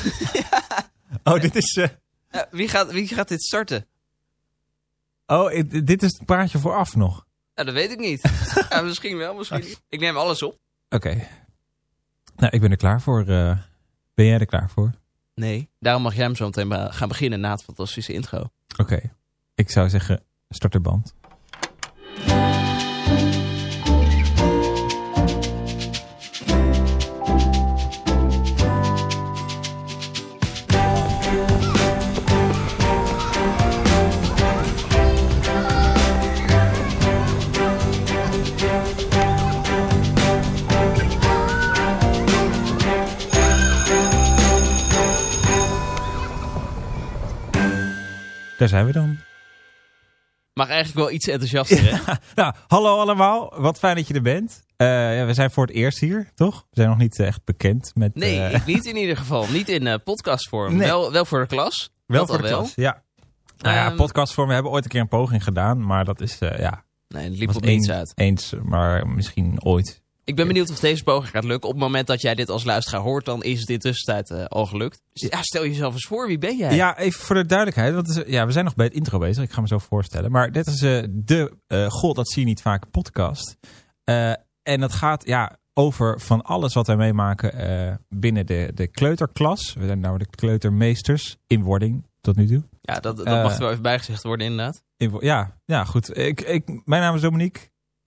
Oh, dit is... Wie gaat dit starten? Dit is het praatje vooraf nog. Dat weet ik niet. Misschien wel, misschien niet. Ik neem alles op. Oké. Nou, ik ben er klaar voor. Ben jij er klaar voor? Nee, daarom mag jij hem zo meteen gaan beginnen na het fantastische intro. Oké. Ik zou zeggen, start de band. Daar zijn we dan. Mag eigenlijk wel iets enthousiaster, hè? Nou, hallo allemaal. Wat fijn dat je er bent. We zijn voor het eerst hier, toch? We zijn nog niet echt bekend met... Nee, ik niet in ieder geval. Niet in podcastvorm. Nee. Wel voor de klas. Wel voor de klas, ja. Nou ja, podcastvorm. We hebben ooit een keer een poging gedaan, maar dat is, Nee, het liep op niets uit. Eens, maar misschien ooit. Ik ben benieuwd of deze poging gaat lukken. Op het moment dat jij dit als luisteraar hoort, dan is het in tussentijd al gelukt. Dus ja, stel jezelf eens voor, wie ben jij? Ja, even voor de duidelijkheid. Want we zijn nog bij het intro bezig. Ik ga me zo voorstellen. Maar dit is God, dat zie je niet vaak podcast. En dat gaat over van alles wat wij meemaken binnen de kleuterklas. We zijn namelijk de kleutermeesters in wording tot nu toe. Ja, dat mag er wel even bijgezegd worden inderdaad. Ja, goed. Mijn naam is Dominique.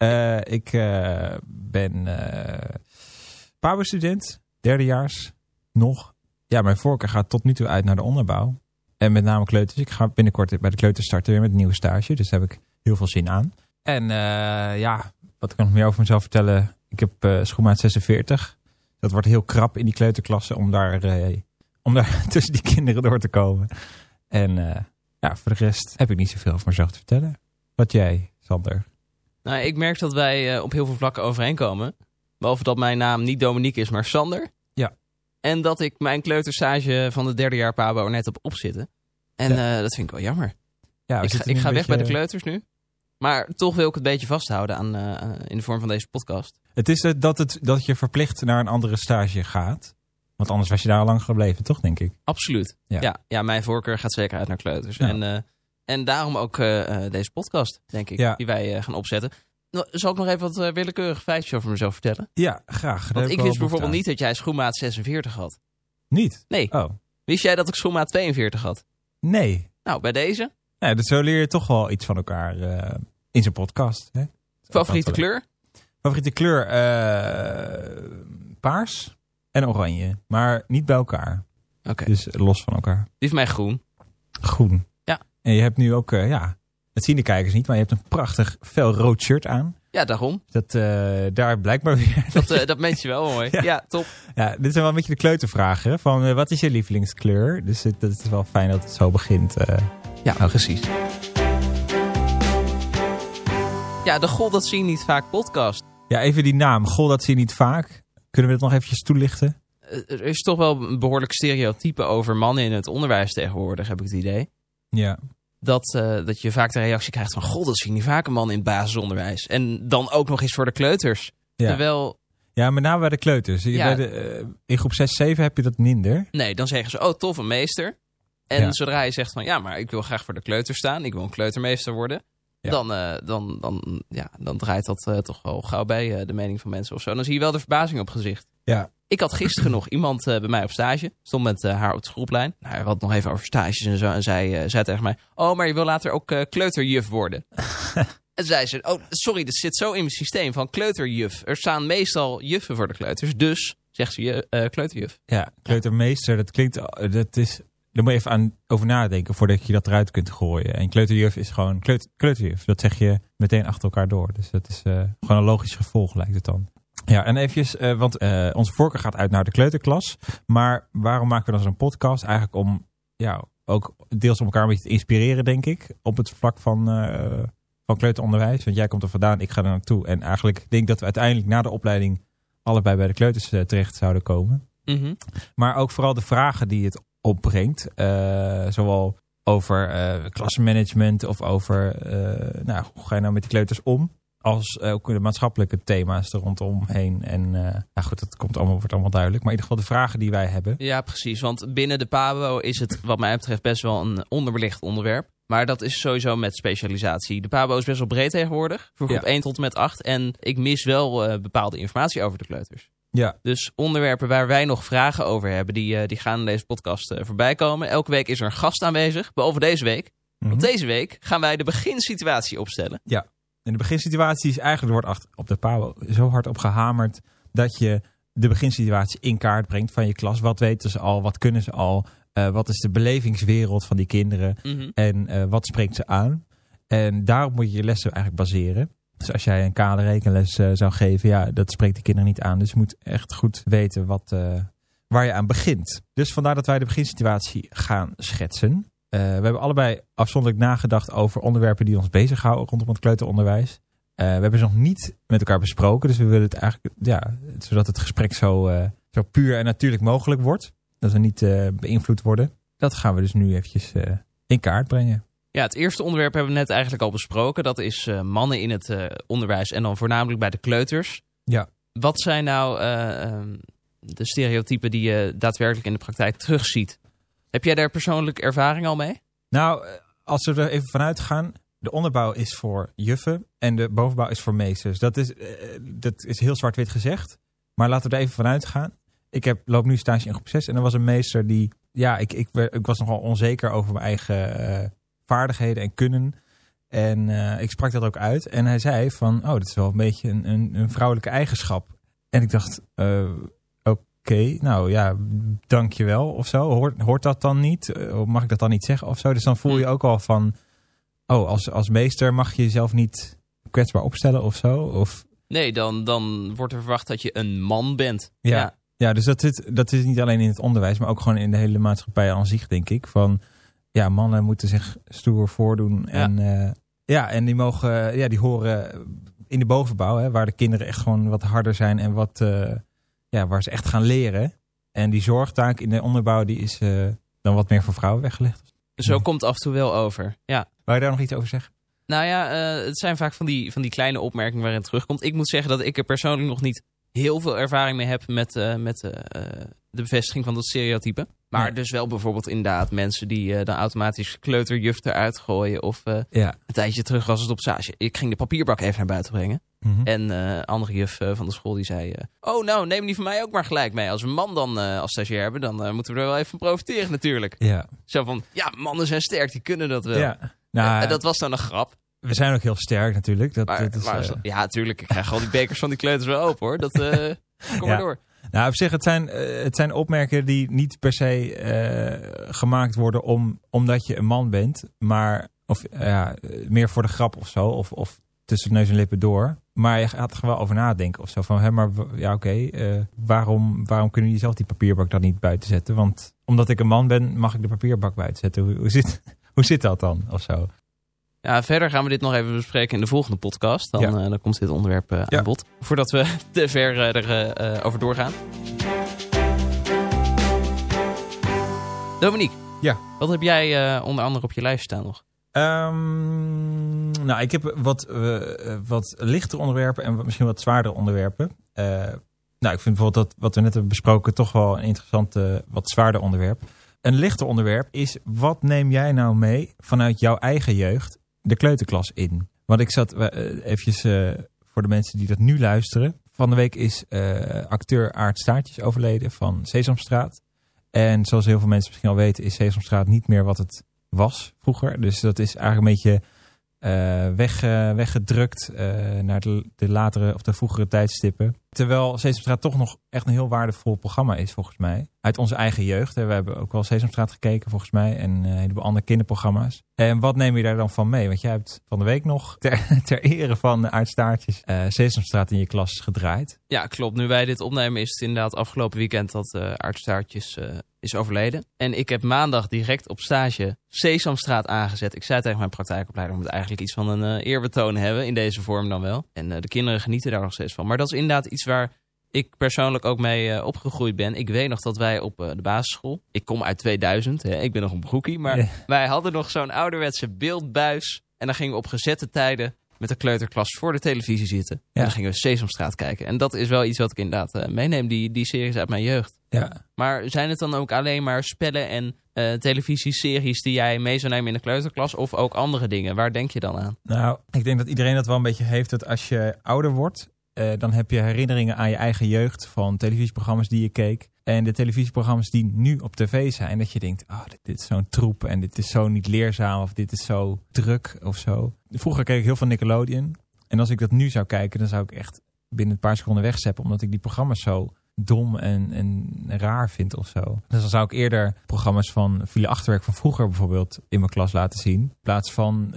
Ik ben PABO-student, derdejaars, nog. Ja, mijn voorkeur gaat tot nu toe uit naar de onderbouw. En met name kleuters. Ik ga binnenkort bij de kleuters starten weer met een nieuwe stage. Dus daar heb ik heel veel zin aan. En wat kan ik nog meer over mezelf vertellen? Ik heb schoenmaat 46. Dat wordt heel krap in die kleuterklasse om daar tussen die kinderen door te komen. En voor de rest heb ik niet zoveel over mezelf te vertellen. Wat jij, Sander? Nou, ik merk dat wij op heel veel vlakken overeenkomen. Behalve dat mijn naam niet Dominique is, maar Sander. Ja. En dat ik mijn kleuterstage van het derde jaar PABO er net heb opzitten. En dat vind ik wel jammer. Ja, ik ga weg bij de kleuters nu. Maar toch wil ik het een beetje vasthouden in de vorm van deze podcast. Het is dat je verplicht naar een andere stage gaat. Want anders was je daar al lang gebleven, toch, denk ik? Absoluut. Ja, mijn voorkeur gaat zeker uit naar kleuters. Ja. En daarom ook deze podcast, denk ik, die wij gaan opzetten. Zal ik nog even wat willekeurige feitjes over mezelf vertellen? Ja, graag. Want ik wist bijvoorbeeld niet dat jij schoenmaat 46 had. Niet? Nee. Oh. Wist jij dat ik schoenmaat 42 had? Nee. Nou, bij deze? Ja, dus zo leer je toch wel iets van elkaar in zijn podcast. Hè? Favoriete kleur? Favoriete kleur? Paars en oranje. Maar niet bij elkaar. Oké. Dus los van elkaar. Die is mij groen. Groen. Ja. En je hebt nu ook, dat zien de kijkers niet, maar je hebt een prachtig fel rood shirt aan. Ja, daarom. Dat daar blijkbaar weer... Dat meent je wel mooi. Ja, top. Ja, dit zijn wel een beetje de kleutervragen. Van wat is je lievelingskleur? Dus dat is wel fijn dat het zo begint. Ja, precies. Ja, de God, dat zie je niet vaak podcast. Ja, even die naam. God, dat zie je niet vaak. Kunnen we dat nog eventjes toelichten? Er is toch wel een behoorlijk stereotype over mannen in het onderwijs tegenwoordig, heb ik het idee. Ja. Dat je vaak de reactie krijgt van... God, dat zie je niet vaak een man in het basisonderwijs. En dan ook nog eens voor de kleuters. Ja. Terwijl... Ja, met name bij de kleuters. Ja. In groep 6, 7 heb je dat minder. Nee, dan zeggen ze, tof, een meester. En zodra je zegt van, ja, maar ik wil graag voor de kleuters staan. Ik wil een kleutermeester worden. Ja. Dan draait dat toch wel gauw bij de mening van mensen of zo. Dan zie je wel de verbazing op gezicht. Ja. Ik had gisteren nog iemand bij mij op stage. Stond met haar op de schoolplein. Nou, hij had nog even over stages en zo. En zij zei tegen mij... Oh, maar je wil later ook kleuterjuf worden. En zei ze... Oh, sorry, dat zit zo in mijn systeem van kleuterjuf. Er staan meestal juffen voor de kleuters. Dus, zegt ze, kleuterjuf. Ja, kleutermeester, dat klinkt... Daar moet je even over nadenken voordat je dat eruit kunt gooien. En kleuterjuf is gewoon kleuterjuf. Dat zeg je meteen achter elkaar door. Dus dat is gewoon een logisch gevolg, lijkt het dan. Ja, en eventjes, want onze voorkeur gaat uit naar de kleuterklas. Maar waarom maken we dan zo'n podcast? Eigenlijk om ook deels om elkaar een beetje te inspireren, denk ik. Op het vlak van kleuteronderwijs. Want jij komt er vandaan, ik ga er naartoe. En eigenlijk denk ik dat we uiteindelijk na de opleiding allebei bij de kleuters terecht zouden komen. Mm-hmm. Maar ook vooral de vragen die het opbrengt. Zowel over klassenmanagement of over hoe ga je nou met die kleuters om? als ook de maatschappelijke thema's er rondomheen. En goed, dat wordt allemaal duidelijk. Maar in ieder geval de vragen die wij hebben. Ja, precies. Want binnen de PABO is het wat mij betreft best wel een onderbelicht onderwerp. Maar dat is sowieso met specialisatie. De PABO is best wel breed tegenwoordig. Voor groep 1 tot en met 8. En ik mis wel bepaalde informatie over de kleuters. Ja. Dus onderwerpen waar wij nog vragen over hebben, die gaan in deze podcast voorbij komen. Elke week is er een gast aanwezig, behalve deze week. Want deze week gaan wij de beginsituatie opstellen. Ja, en de beginsituatie is eigenlijk, er wordt op de PABO zo hard op gehamerd dat je de beginsituatie in kaart brengt van je klas. Wat weten ze al, wat kunnen ze al, wat is de belevingswereld van die kinderen en wat spreekt ze aan. En daarop moet je je lessen eigenlijk baseren. Dus als jij een kaderrekenles zou geven, ja, dat spreekt de kinderen niet aan. Dus je moet echt goed weten waar je aan begint. Dus vandaar dat wij de beginsituatie gaan schetsen. We hebben allebei afzonderlijk nagedacht over onderwerpen die ons bezighouden rondom het kleuteronderwijs. We hebben ze nog niet met elkaar besproken. Dus we willen het eigenlijk, zodat het gesprek zo puur en natuurlijk mogelijk wordt. Dat we niet beïnvloed worden. Dat gaan we dus nu eventjes in kaart brengen. Ja, het eerste onderwerp hebben we net eigenlijk al besproken. Dat is mannen in het onderwijs en dan voornamelijk bij de kleuters. Ja. Wat zijn nou de stereotypen die je daadwerkelijk in de praktijk terugziet? Heb jij daar persoonlijk ervaring al mee? Nou, als we er even vanuit gaan. De onderbouw is voor juffen en de bovenbouw is voor meesters. Dat is heel zwart-wit gezegd. Maar laten we er even vanuit gaan. Ik loop nu stage in groep 6 en er was een meester die... Ja, ik was nogal onzeker over mijn eigen vaardigheden en kunnen. En ik sprak dat ook uit. En hij zei van, dat is wel een beetje een vrouwelijke eigenschap. En ik dacht, oké, nou ja, dankjewel of zo. Hoort dat dan niet? Mag ik dat dan niet zeggen of zo? Dus dan voel je ook al van, als meester mag je jezelf niet kwetsbaar opstellen of zo? Of... Nee, dan wordt er verwacht dat je een man bent. Ja, dus dat is niet alleen in het onderwijs, maar ook gewoon in de hele maatschappij aan zich, denk ik. Van, ja, mannen moeten zich stoer voordoen. Ja. En die mogen, die horen in de bovenbouw, hè, waar de kinderen echt gewoon wat harder zijn en waar ze echt gaan leren. En die zorgtaak in de onderbouw, die is dan wat meer voor vrouwen weggelegd. Zo komt af en toe wel over, ja. Wou je daar nog iets over zeggen? Nou ja, het zijn vaak van die kleine opmerkingen waarin het terugkomt. Ik moet zeggen dat ik er persoonlijk nog niet heel veel ervaring mee heb met de bevestiging van dat stereotype. Maar dus wel bijvoorbeeld inderdaad mensen die dan automatisch kleuterjuf eruit gooien. Of een tijdje terug was het op stage. Ik ging de papierbak even naar buiten brengen. En een andere juf van de school die zei... neem die van mij ook maar gelijk mee. Als we een man dan als stagiair hebben, dan moeten we er wel even van profiteren natuurlijk. Ja. Zo van, ja, mannen zijn sterk, die kunnen dat wel. Ja. Nou, dat was dan een grap. We zijn ook heel sterk natuurlijk. Ja, natuurlijk. Ik krijg al die bekers van die kleuters wel open hoor. Kom maar door. Nou, op zich, het zijn opmerkingen die niet per se gemaakt worden omdat je een man bent. Maar meer voor de grap of zo. Of tussen neus en lippen door. Maar je gaat er wel over nadenken of zo. Van, waarom kunnen jullie zelf die papierbak dan niet buiten zetten? Want omdat ik een man ben, mag ik de papierbak buiten zetten. Hoe zit dat dan? Of zo? Ja, verder gaan we dit nog even bespreken in de volgende podcast. Dan komt dit onderwerp aan bod. Voordat we te ver erover doorgaan. Dominique, wat heb jij onder andere op je lijst staan nog? Nou, ik heb wat lichtere onderwerpen en misschien wat zwaardere onderwerpen. Ik vind bijvoorbeeld dat wat we net hebben besproken toch wel een interessante, wat zwaarder onderwerp. Een lichter onderwerp is, wat neem jij nou mee vanuit jouw eigen jeugd de kleuterklas in? Want ik zat eventjes voor de mensen die dat nu luisteren. Van de week is acteur Aart Staartjes overleden van Sesamstraat. En zoals heel veel mensen misschien al weten, is Sesamstraat niet meer wat het was vroeger. Dus dat is eigenlijk een beetje weggedrukt naar de latere of de vroegere tijdstippen. Terwijl Sesamstraat toch nog echt een heel waardevol programma is volgens mij. Uit onze eigen jeugd. We hebben ook wel Sesamstraat gekeken volgens mij. En een heleboel andere kinderprogramma's. En wat neem je daar dan van mee? Want jij hebt van de week nog ter ere van Aart Staartjes Sesamstraat in je klas gedraaid. Ja, klopt. Nu wij dit opnemen is het inderdaad afgelopen weekend dat Aart Staartjes is overleden. En ik heb maandag direct op stage Sesamstraat aangezet. Ik zei tegen mijn praktijkopleider, we moeten eigenlijk iets van een eerbetoon hebben in deze vorm dan wel. En de kinderen genieten daar nog steeds van. Maar dat is inderdaad iets waar ik persoonlijk ook mee opgegroeid ben. Ik weet nog dat wij op de basisschool, ik kom uit 2000, ik ben nog een broekie, maar wij hadden nog zo'n ouderwetse beeldbuis. En dan gingen we op gezette tijden met de kleuterklas voor de televisie zitten. Ja. En dan gingen we Sesamstraat kijken. En dat is wel iets wat ik inderdaad meeneem, die series uit mijn jeugd. Ja. Maar zijn het dan ook alleen maar spellen en televisieseries die jij mee zou nemen in de kleuterklas? Of ook andere dingen? Waar denk je dan aan? Nou, ik denk dat iedereen dat wel een beetje heeft. Dat als je ouder wordt, dan heb je herinneringen aan je eigen jeugd van televisieprogramma's die je keek. En de televisieprogramma's die nu op tv zijn. Dat je denkt, dit is zo'n troep en dit is zo niet leerzaam of dit is zo druk of zo. Vroeger keek ik heel veel Nickelodeon. En als ik dat nu zou kijken, dan zou ik echt binnen een paar seconden wegzeppen. Omdat ik die programma's zo dom en raar vind of zo. Dus dan zou ik eerder programma's van File Achterwerk van vroeger bijvoorbeeld in mijn klas laten zien. In plaats van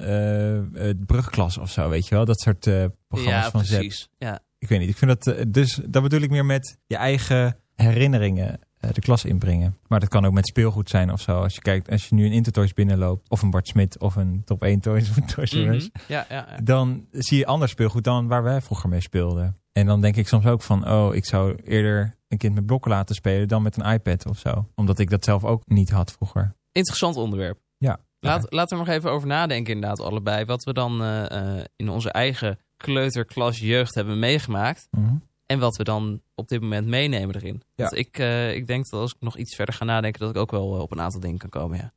het Brugklas of zo, weet je wel. Dat soort programma's van Zep. Precies. Ja. Ik weet niet, ik vind dat... dus dat bedoel ik meer met je eigen herinneringen de klas inbrengen. Maar dat kan ook met speelgoed zijn of zo. Als je kijkt, als je nu een Intertoys binnenloopt, of een Bart Smit, of een Top 1 Toys, of een Toys R Us, Ja. dan zie je ander speelgoed dan waar wij vroeger mee speelden. En dan denk ik soms ook van, ik zou eerder een kind met blokken laten spelen dan met een iPad of zo. Omdat ik dat zelf ook niet had vroeger. Interessant onderwerp. Ja. Laten we nog even over nadenken inderdaad allebei. Wat we dan in onze eigen kleuterklas jeugd hebben meegemaakt. Mm-hmm. En wat we dan op dit moment meenemen erin. Ja. Want ik denk dat als ik nog iets verder ga nadenken, dat ik ook wel op een aantal dingen kan komen. Ja.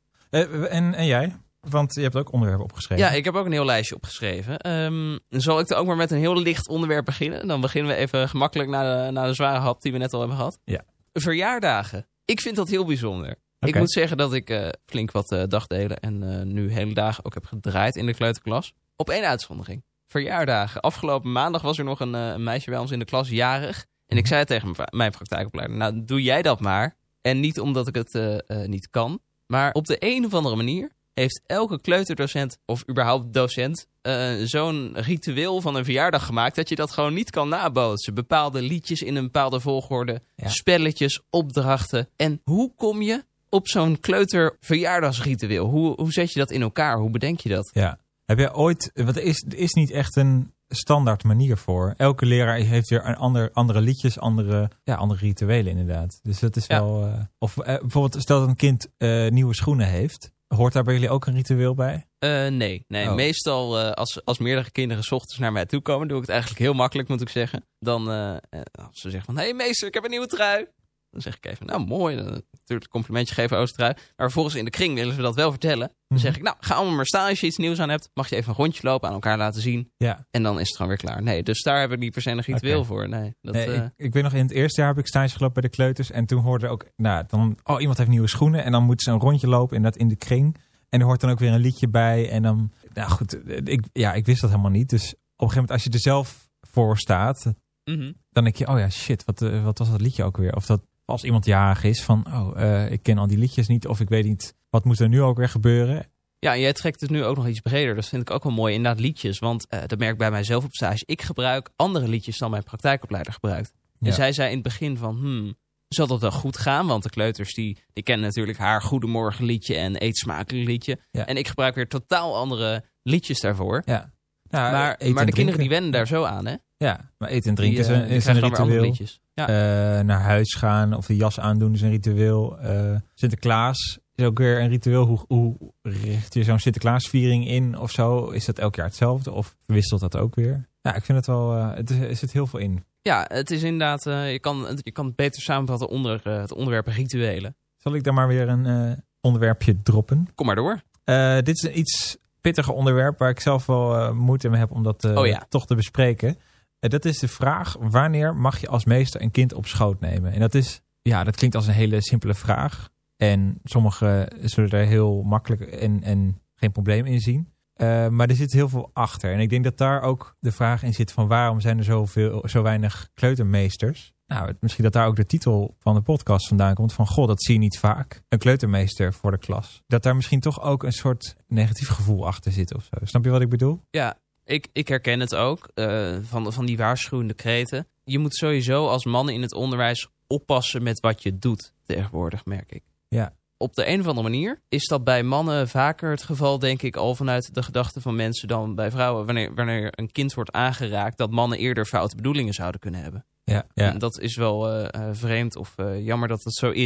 En jij? Want je hebt ook onderwerpen opgeschreven. Ja, ik heb ook een heel lijstje opgeschreven. Zal ik er ook maar met een heel licht onderwerp beginnen? Dan beginnen we even gemakkelijk naar de zware hap die we net al hebben gehad. Ja. Verjaardagen. Ik vind dat heel bijzonder. Okay. Ik moet zeggen dat ik flink wat dagdelen en nu hele dagen ook heb gedraaid in de kleuterklas. Op 1 uitzondering. Verjaardagen. Afgelopen maandag was er nog een meisje bij ons in de klas jarig. En ik zei tegen mijn praktijkopleider, nou doe jij dat maar. En niet omdat ik het niet kan. Maar op de een of andere manier heeft elke kleuterdocent of überhaupt docent zo'n ritueel van een verjaardag gemaakt dat je dat gewoon niet kan nabootsen. Bepaalde liedjes in een bepaalde volgorde, spelletjes, opdrachten. En hoe kom je op zo'n kleuterverjaardagsritueel? Hoe zet je dat in elkaar? Hoe bedenk je dat? Ja. Heb jij ooit, want er is niet echt een standaard manier voor. Elke leraar heeft weer andere liedjes, andere rituelen inderdaad. Dus dat is wel... bijvoorbeeld stel dat een kind nieuwe schoenen heeft. Hoort daar bij jullie ook een ritueel bij? Nee. Oh. Meestal als meerdere kinderen 's ochtends naar mij toe komen, doe ik het eigenlijk heel makkelijk, moet ik zeggen. Dan als ze zeggen van, hey meester, ik heb een nieuwe trui. Dan zeg ik even, nou mooi, dan natuurlijk een complimentje geven over de trui. Maar vervolgens in de kring willen ze dat wel vertellen. Dan zeg ik, nou ga allemaal maar staan als je iets nieuws aan hebt. Mag je even een rondje lopen, aan elkaar laten zien. Ja. En dan is het gewoon weer klaar. Nee, dus daar heb ik niet per se een ritueel voor. Nee, ik weet nog, in het eerste jaar heb ik stage gelopen bij de kleuters. En toen hoorde ook, iemand heeft nieuwe schoenen. En dan moeten ze een rondje lopen in de kring. En er hoort dan ook weer een liedje bij. En dan, nou goed, ik wist dat helemaal niet. Dus op een gegeven moment, als je er zelf voor staat, dan denk je, shit, wat was dat liedje ook weer? Of dat als iemand jarig is van, ik ken al die liedjes niet. Of ik weet niet, wat moet er nu ook weer gebeuren? Ja, en jij trekt het nu ook nog iets breder. Dat vind ik ook wel mooi, inderdaad liedjes. Want dat merk ik bij mijzelf op stage. Ik gebruik andere liedjes dan mijn praktijkopleider gebruikt. Ja. Dus hij zei in het begin van, zal dat wel goed gaan? Want de kleuters die kennen natuurlijk haar Goedemorgen liedje en Eet smakelijk liedje. Ja. En ik gebruik weer totaal andere liedjes daarvoor. Ja. Nou, maar de kinderen die wennen daar zo aan, hè? Ja, maar eten en drinken is een ritueel. Ja. Naar huis gaan of de jas aandoen is een ritueel. Sinterklaas is ook weer een ritueel. Hoe richt je zo'n Sinterklaasviering in of zo? Is dat elk jaar hetzelfde of wisselt dat ook weer? Ja, ik vind het wel, er zit heel veel in. Ja, het is inderdaad, je kan het beter samenvatten onder het onderwerp rituelen. Zal ik daar maar weer een onderwerpje droppen? Kom maar door. Dit is een iets pittiger onderwerp waar ik zelf wel moeite mee heb om dat toch te bespreken. Dat is de vraag, wanneer mag je als meester een kind op schoot nemen? En dat klinkt als een hele simpele vraag. En sommigen zullen er heel makkelijk en geen probleem in zien. Maar er zit heel veel achter. En ik denk dat daar ook de vraag in zit van waarom zijn er zo weinig kleutermeesters? Nou, misschien dat daar ook de titel van de podcast vandaan komt van dat zie je niet vaak. Een kleutermeester voor de klas. Dat daar misschien toch ook een soort negatief gevoel achter zit of zo. Snap je wat ik bedoel? Ja, ik herken het ook van die waarschuwende kreten. Je moet sowieso als mannen in het onderwijs oppassen met wat je doet tegenwoordig, merk ik. Ja. Op de een of andere manier is dat bij mannen vaker het geval, denk ik, al vanuit de gedachte van mensen dan bij vrouwen. Wanneer een kind wordt aangeraakt, dat mannen eerder foute bedoelingen zouden kunnen hebben. Ja. En dat is wel vreemd of jammer dat het zo is.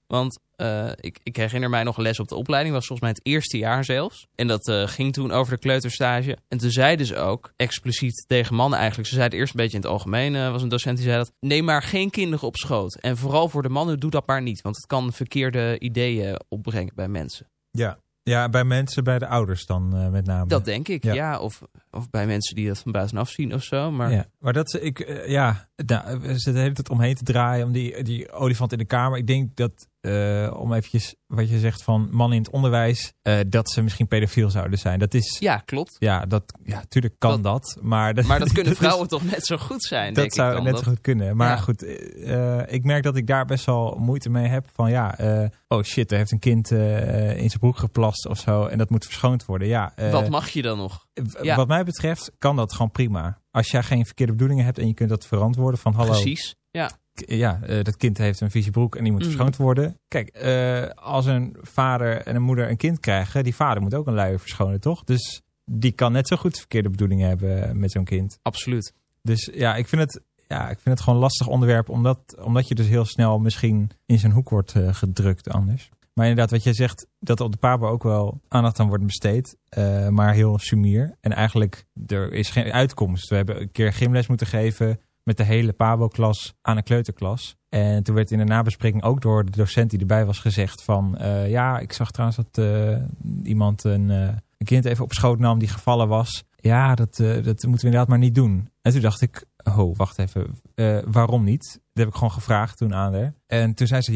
Want ik herinner mij nog een les op de opleiding. Was volgens mij het eerste jaar zelfs. En dat ging toen over de kleuterstage. En toen zeiden ze ook expliciet tegen mannen eigenlijk. Ze zeiden eerst een beetje in het algemeen. Was een docent die zei dat. Neem maar geen kinderen op schoot. En vooral voor de mannen, doe dat maar niet. Want het kan verkeerde ideeën opbrengen bij mensen. Ja, bij mensen, bij de ouders dan met name. Dat denk ik, ja. Of bij mensen die dat van buitenaf zien of zo. Maar dat we zitten de hele tijd omheen te draaien om die olifant in de kamer. Ik denk dat, om eventjes wat je zegt van mannen in het onderwijs, dat ze misschien pedofiel zouden zijn. Dat is... Ja, klopt. Ja, tuurlijk kan dat. Maar dat kunnen vrouwen toch net zo goed zijn, denk ik. Dat zou net zo goed kunnen. Maar goed, ik merk dat ik daar best wel moeite mee heb. Van oh shit, er heeft een kind in zijn broek geplast of zo. En dat moet verschoond worden. Ja, wat mag je dan nog? Wat mij betreft kan dat gewoon prima. Als jij geen verkeerde bedoelingen hebt en je kunt dat verantwoorden van hallo. Precies, ja. Ja, dat kind heeft een vieze broek en die moet verschoond worden. Kijk, als een vader en een moeder een kind krijgen, die vader moet ook een luier verschonen, toch? Dus die kan net zo goed verkeerde bedoelingen hebben met zo'n kind. Absoluut. Dus ik vind het gewoon een lastig onderwerp, omdat je dus heel snel misschien in zijn hoek wordt gedrukt anders. Maar inderdaad, wat jij zegt, dat op de PABO ook wel aandacht aan wordt besteed. Maar heel sumier. En eigenlijk, er is geen uitkomst. We hebben een keer gymles moeten geven met de hele PABO-klas aan een kleuterklas. En toen werd in de nabespreking ook door de docent die erbij was gezegd van... ik zag trouwens dat iemand een kind even op schoot nam die gevallen was. Ja, dat moeten we inderdaad maar niet doen. En toen dacht ik, wacht even, waarom niet? Dat heb ik gewoon gevraagd toen aan haar. En toen zei ze,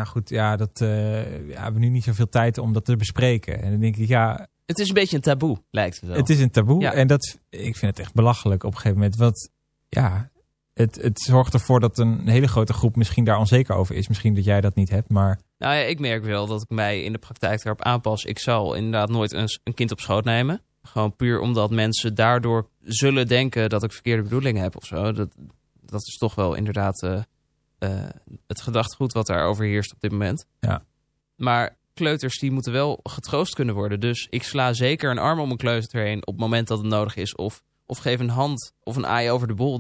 we hebben nu niet zoveel tijd om dat te bespreken. En dan denk ik, het is een beetje een taboe, lijkt het wel. Het is een taboe en ik vind het echt belachelijk op een gegeven moment. Want het zorgt ervoor dat een hele grote groep misschien daar onzeker over is. Misschien dat jij dat niet hebt, maar... Nou ja, ik merk wel dat ik mij in de praktijk erop aanpas. Ik zal inderdaad nooit een kind op schoot nemen. Gewoon puur omdat mensen daardoor zullen denken dat ik verkeerde bedoelingen heb of zo. Dat is toch wel inderdaad het gedachtegoed wat daar overheerst op dit moment. Ja. Maar kleuters die moeten wel getroost kunnen worden. Dus ik sla zeker een arm om een kleuter heen op het moment dat het nodig is. Of geef een hand of een aai over de bol.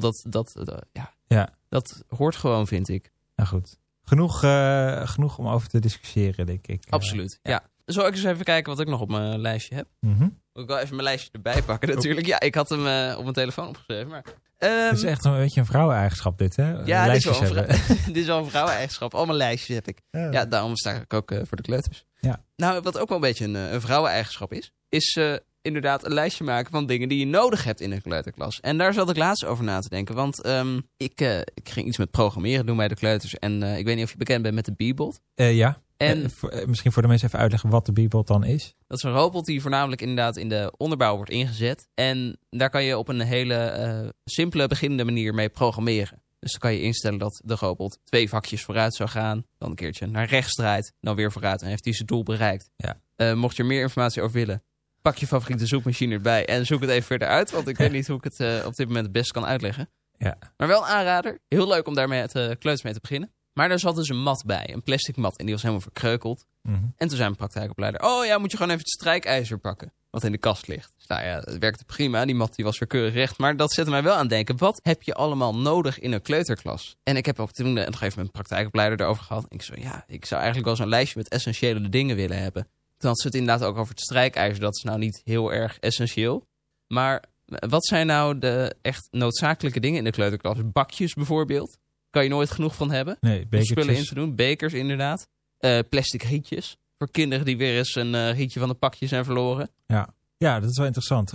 Dat hoort gewoon, vind ik. Nou goed. Genoeg om over te discussiëren, denk ik. Absoluut, ja. Zal ik eens even kijken wat ik nog op mijn lijstje heb? Mm-hmm. Moet ik wel even mijn lijstje erbij pakken natuurlijk. Ja, ik had hem op mijn telefoon opgeschreven. Maar, het is echt een beetje een vrouweneigenschap dit, hè? Ja, dit is wel een vrouweneigenschap. Al mijn lijstjes heb ik. Ja, daarom sta ik ook voor de kleuters. Ja. Nou, wat ook wel een beetje een vrouweneigenschap is inderdaad een lijstje maken van dingen die je nodig hebt in een kleuterklas. En daar zat ik laatst over na te denken. Want ik ging iets met programmeren doen bij de kleuters. En ik weet niet of je bekend bent met de Bebot. Ja. En misschien voor de mensen even uitleggen wat de Bebot dan is. Dat is een robot die voornamelijk inderdaad in de onderbouw wordt ingezet. En daar kan je op een hele simpele beginnende manier mee programmeren. Dus dan kan je instellen dat de robot 2 vakjes vooruit zou gaan. Dan een keertje naar rechts draait. Dan weer vooruit en heeft hij zijn doel bereikt. Ja. Mocht je er meer informatie over willen, pak je favoriete zoekmachine erbij en zoek het even verder uit. Want ik weet niet hoe ik het op dit moment het best kan uitleggen. Ja. Maar wel een aanrader. Heel leuk om daarmee het kleuters mee te beginnen. Maar daar zat dus een mat bij, een plastic mat. En die was helemaal verkreukeld. Mm-hmm. En toen zei mijn praktijkopleider, moet je gewoon even het strijkijzer pakken. Wat in de kast ligt. Dus nou ja, het werkte prima. Die mat die was weer keurig recht. Maar dat zette mij wel aan het denken. Wat heb je allemaal nodig in een kleuterklas? En ik heb ook toen nog even met mijn praktijkopleider erover gehad. En ik zei, ik zou eigenlijk wel zo'n lijstje met essentiële dingen willen hebben. Toen had ze het inderdaad ook over het strijkijzer. Dat is nou niet heel erg essentieel. Maar wat zijn nou de echt noodzakelijke dingen in de kleuterklas? Bakjes bijvoorbeeld. Kan je nooit genoeg van hebben. Nee, bekertjes. Om spullen in te doen. Bekers inderdaad. Plastic rietjes. Voor kinderen die weer eens een rietje van de pakje zijn verloren. Ja, dat is wel interessant.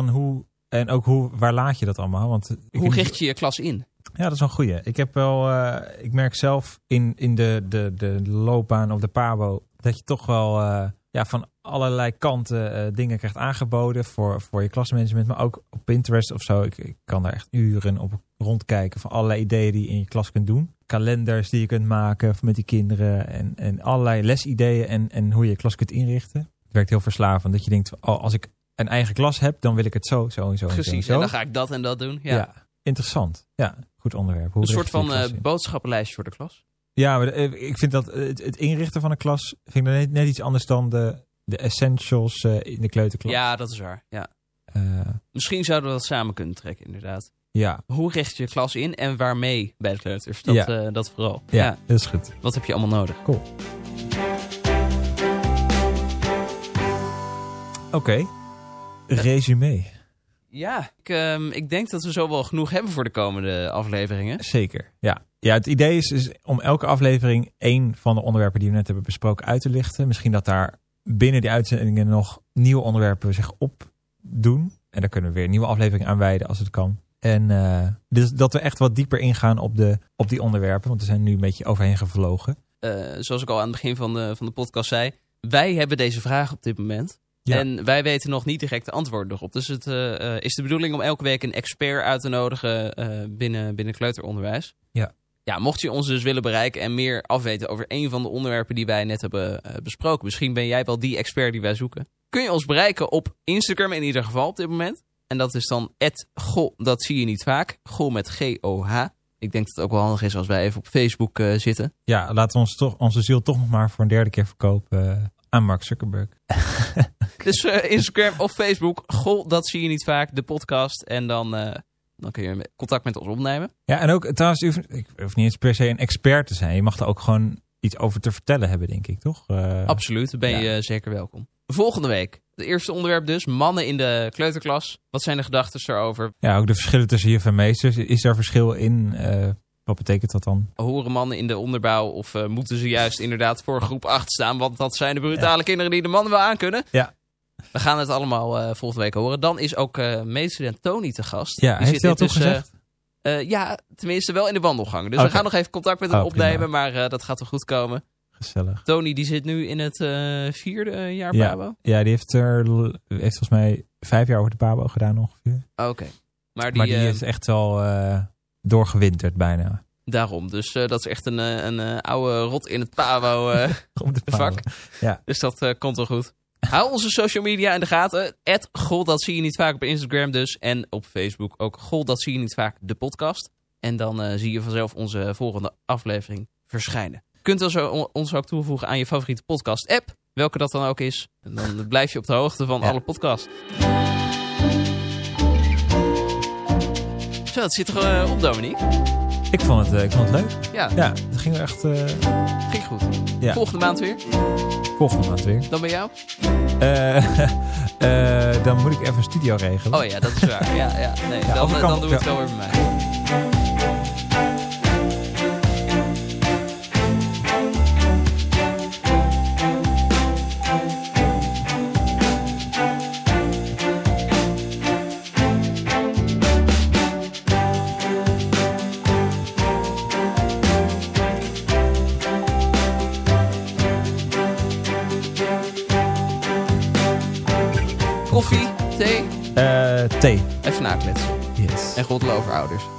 Waar laat je dat allemaal? Want hoe richt je je klas in? Ja, dat is wel een goeie. Ik merk zelf in de loopbaan op de PABO dat je toch wel van allerlei kanten dingen krijgt aangeboden voor je klasmanagement, maar ook op Pinterest of zo. Ik kan daar echt uren op rondkijken van allerlei ideeën die je in je klas kunt doen. Kalenders die je kunt maken met die kinderen en allerlei lesideeën en hoe je je klas kunt inrichten. Het werkt heel verslavend dat je denkt, als ik een eigen klas heb, dan wil ik het zo en zo. Precies, en dan ga ik dat en dat doen. Ja, interessant. Ja, goed onderwerp. Een soort van boodschappenlijstje voor de klas. Ja, maar ik vind dat het inrichten van een klas vind ik net iets anders dan de essentials in de kleuterklas. Ja, dat is waar. Ja. Misschien zouden we dat samen kunnen trekken, inderdaad. Ja. Hoe richt je klas in en waarmee bij de kleuters? Dat vooral. Ja, dat is goed. Wat heb je allemaal nodig? Cool. Oké. Resume. Ja, ik denk dat we zo wel genoeg hebben voor de komende afleveringen. Zeker, ja. Ja, het idee is om elke aflevering 1 van de onderwerpen die we net hebben besproken uit te lichten. Misschien dat daar binnen die uitzendingen nog nieuwe onderwerpen zich opdoen. En daar kunnen we weer een nieuwe aflevering aan wijden als het kan. En dus dat we echt wat dieper ingaan op die onderwerpen. Want we zijn nu een beetje overheen gevlogen. Zoals ik al aan het begin van de podcast zei. Wij hebben deze vraag op dit moment. Ja. En wij weten nog niet direct de antwoorden erop. Dus het is de bedoeling om elke week een expert uit te nodigen binnen kleuteronderwijs. Ja. Ja, mocht je ons dus willen bereiken en meer afweten over een van de onderwerpen die wij net hebben besproken. Misschien ben jij wel die expert die wij zoeken. Kun je ons bereiken op Instagram in ieder geval op dit moment. En dat is dan @goh, dat zie je niet vaak. Goh met G-O-H. Ik denk dat het ook wel handig is als wij even op Facebook zitten. Ja, laten we onze ziel toch nog maar voor een derde keer verkopen aan Mark Zuckerberg. Dus Instagram of Facebook. Goh, dat zie je niet vaak. De podcast. En dan kun je contact met ons opnemen. Ja, en ook trouwens, ik hoef niet eens per se een expert te zijn. Je mag er ook gewoon iets over te vertellen hebben, denk ik, toch? Absoluut, dan ben je zeker welkom. Volgende week, het eerste onderwerp dus. Mannen in de kleuterklas. Wat zijn de gedachten daarover? Ja, ook de verschillen tussen juf en meesters. Is daar verschil in? Wat betekent dat dan? Horen mannen in de onderbouw of moeten ze juist inderdaad voor groep 8 staan? Want dat zijn de brutale kinderen die de mannen wel aankunnen. Ja. We gaan het allemaal volgende week horen. Dan is ook meester Tony te gast. Ja, heeft hij al toegezegd? Ja, tenminste wel in de wandelgang. Dus we gaan nog even contact met hem opnemen, prima. maar dat gaat wel goed komen. Gezellig. Tony die zit nu in het 4e jaar Pabo. Ja, die heeft volgens mij 5 jaar over de Pabo gedaan ongeveer. Oké. Maar die is echt wel doorgewinterd bijna. Daarom. Dus dat is echt een oude rot in het Pabo vak. Ja. Dus dat komt wel goed. Hou onze social media in de gaten. @goh, dat zie je niet vaak op Instagram dus. En op Facebook ook. Goh, dat zie je niet vaak, de podcast. En dan zie je vanzelf onze volgende aflevering verschijnen. Je kunt ons ook toevoegen aan je favoriete podcast app. Welke dat dan ook is. En dan blijf je op de hoogte van alle podcasts. Zo, dat zit er op, Dominique. Ik vond het leuk. Ja, het ging echt... ging goed. Ja. Volgende maand weer. Volgende maand weer. Dan bij jou? Dan moet ik even een studio regelen. Oh ja, dat is waar. Ja. Nee, Ja, dan doen we het wel weer bij mij. Koffie, thee? Thee. Even nakletsen. Yes. En roddelen over ouders.